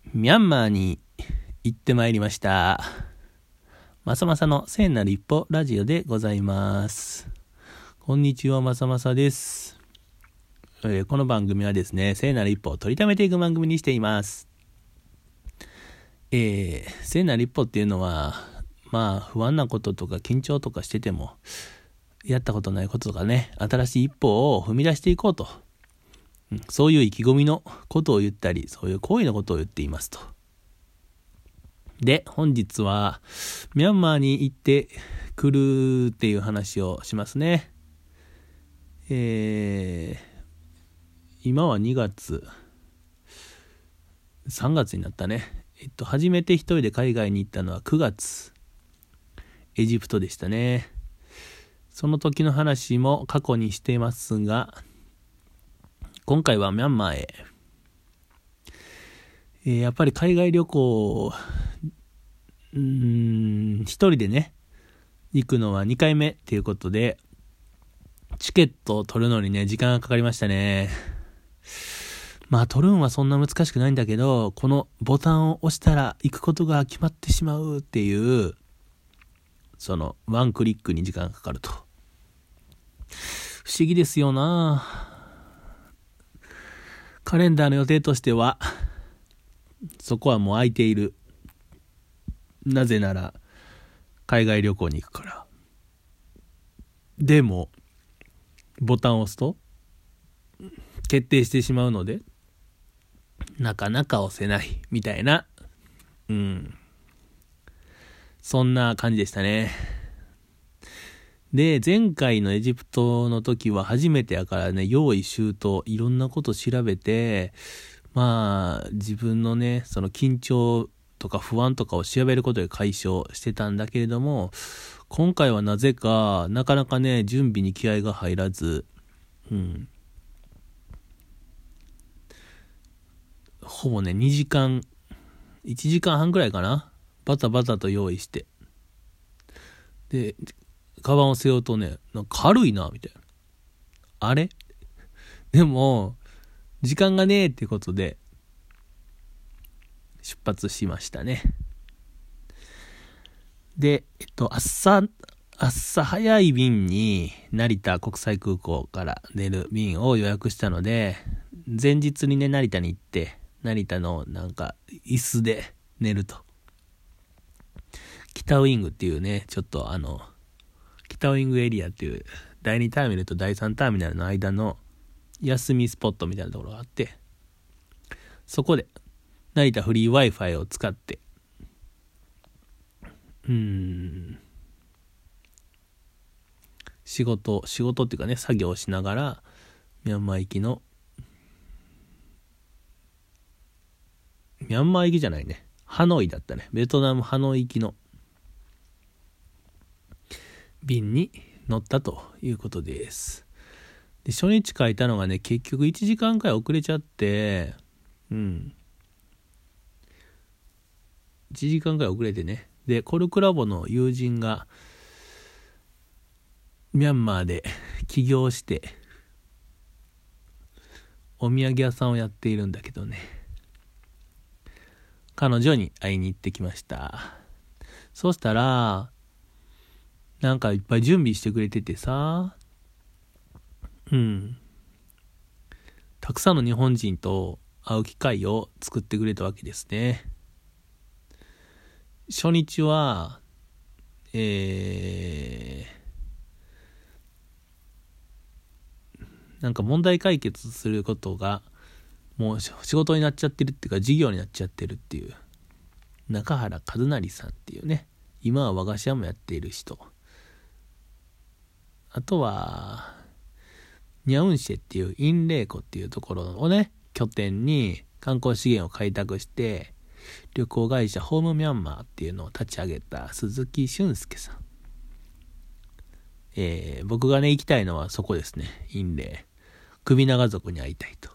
ミャンマーに行ってまいりました。まさまさの聖なる一歩ラジオでございます。こんにちは、まさまさです。この番組はですね、聖なる一歩を取りためていく番組にしています。聖なる一歩っていうのは、不安なこととか緊張とかしてても、やったことないこととかね、新しい一歩を踏み出していこうと。そういう意気込みのことを言ったり、そういう行為のことを言っていますと。で、本日はミャンマーに行ってくるっていう話をしますね。今は2月、3月になったね。初めて一人で海外に行ったのは9月、エジプトでしたね。その時の話も過去にしていますが、今回はミャンマーへ。やっぱり海外旅行、一人でね、行くのは2回目っていうことで、チケットを取るのにね、時間がかかりましたね。取るんはそんな難しくないんだけど、このボタンを押したら行くことが決まってしまうっていう、そのワンクリックに時間がかかると。不思議ですよな。カレンダーの予定としてはそこはもう空いている。なぜなら海外旅行に行くから。でもボタンを押すと決定してしまうので、なかなか押せないみたいな、そんな感じでしたね。で、前回のエジプトの時は初めてやからね、用意周到、いろんなこと調べて、自分のね、その緊張とか不安とかを調べることで解消してたんだけれども、今回はなぜか、なかなかね、準備に気合が入らず、ほぼね、2時間、1時間半くらいかな、バタバタと用意して。で、カバンを背負うとね、なんか軽いなみたいな。あれでも時間がねえってことで出発しましたね。で、朝早い便に成田国際空港から出る便を予約したので、前日にね、成田に行って成田のなんか椅子で寝ると。北ウイングっていうね、ちょっと北ウイングエリアっていう第2ターミナルと第3ターミナルの間の休みスポットみたいなところがあって、そこで成田フリー Wi-Fi を使って仕事っていうかね、作業をしながらミャンマー行きじゃないね、ハノイだったね、ベトナムハノイ行きの便に乗ったということです。で、初日書いたのがね、結局1時間くらい遅れちゃって、1時間くらい遅れてね。で、コルクラボの友人がミャンマーで起業してお土産屋さんをやっているんだけどね、彼女に会いに行ってきました。そうしたらなんかいっぱい準備してくれててさ、たくさんの日本人と会う機会を作ってくれたわけですね。初日は、なんか問題解決することがもう仕事になっちゃってるっていうか、事業になっちゃってるっていう中原和成さんっていうね、今は和菓子屋もやっている人、あとはニャウンシェっていうインレーコっていうところをね、拠点に観光資源を開拓して旅行会社ホームミャンマーっていうのを立ち上げた鈴木俊介さん。僕がね行きたいのはそこですね。インレー首長族に会いたいと。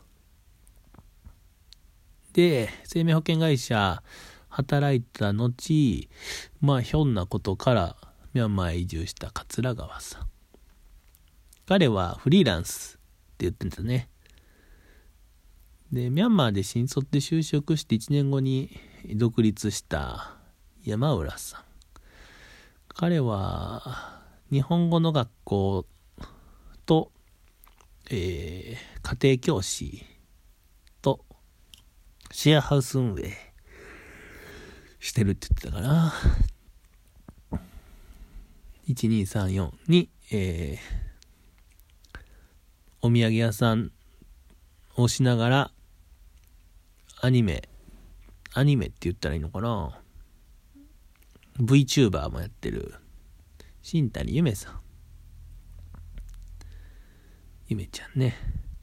で、生命保険会社働いた後、ひょんなことからミャンマーへ移住した桂川さん。彼はフリーランスって言ってんだね。 で、ミャンマーで新卒で就職して1年後に独立した山浦さん。彼は日本語の学校と、家庭教師とシェアハウス運営してるって言ってたかな。1234に、お土産屋さんをしながらアニメって言ったらいいのかな、 VTuber もやってる新谷ゆめさん、ゆめちゃんね。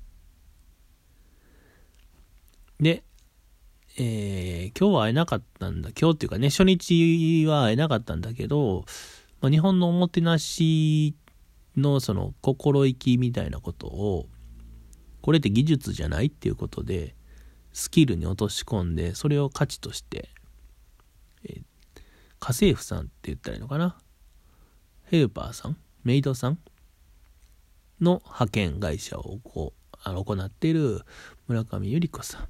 で、今日は会えなかったんだ。今日っていうかね、初日は会えなかったんだけど、日本のおもてなしのその心意気みたいなことを、これって技術じゃないっていうことでスキルに落とし込んで、それを価値として、家政婦さんって言ったらいいのかな、ヘルパーさん、メイドさんの派遣会社を行っている村上由里子さん。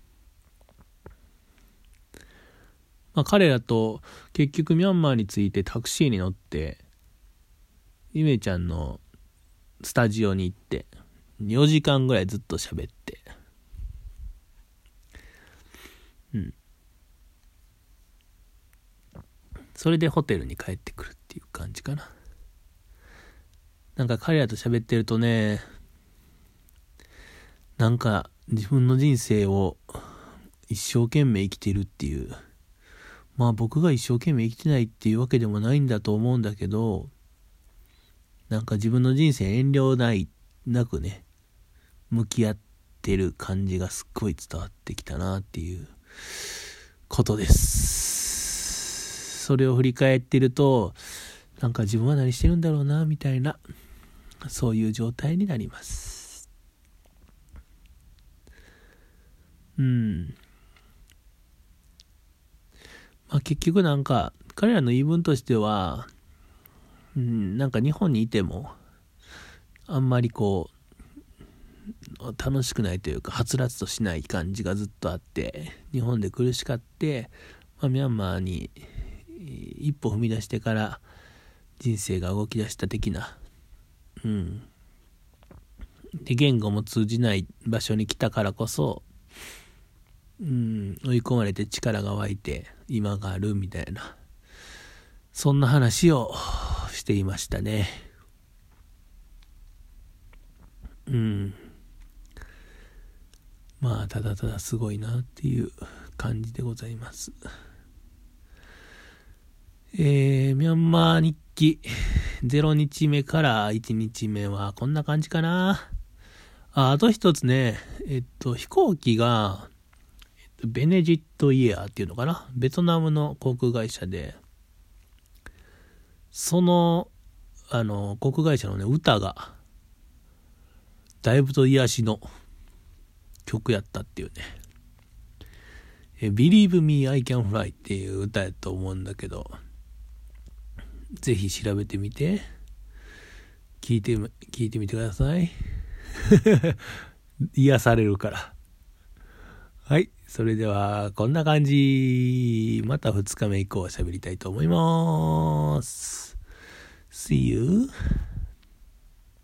彼らと結局ミャンマーに着いてタクシーに乗ってゆめちゃんのスタジオに行って4時間ぐらいずっと喋って、それでホテルに帰ってくるっていう感じかな。なんか彼らと喋ってるとね、なんか自分の人生を一生懸命生きてるっていう、僕が一生懸命生きてないっていうわけでもないんだと思うんだけど、なんか自分の人生遠慮なくね、向き合ってる感じがすっごい伝わってきたなっていうことです。それを振り返ってると、なんか自分は何してるんだろうなみたいな、そういう状態になります。結局なんか彼らの言い分としては、なんか日本にいてもあんまり楽しくないというか、はつらつとしない感じがずっとあって、日本で苦しかって、ミャンマーに一歩踏み出してから人生が動き出した的な、で言語も通じない場所に来たからこそ、追い込まれて力が湧いて今があるみたいな、そんな話をしていましたね。ただただすごいなっていう感じでございます。ミャンマー日記0日目から1日目はこんな感じかな。あと一つね、飛行機がベネジットイヤーっていうのかな、ベトナムの航空会社で、その航空会社のね、歌がだいぶと癒しの曲やったっていうね、Believe Me I Can Fly っていう歌やと思うんだけど、ぜひ調べてみて聞いてみてください。癒されるから。はい、それではこんな感じ。また2日目以降喋りたいと思います。See you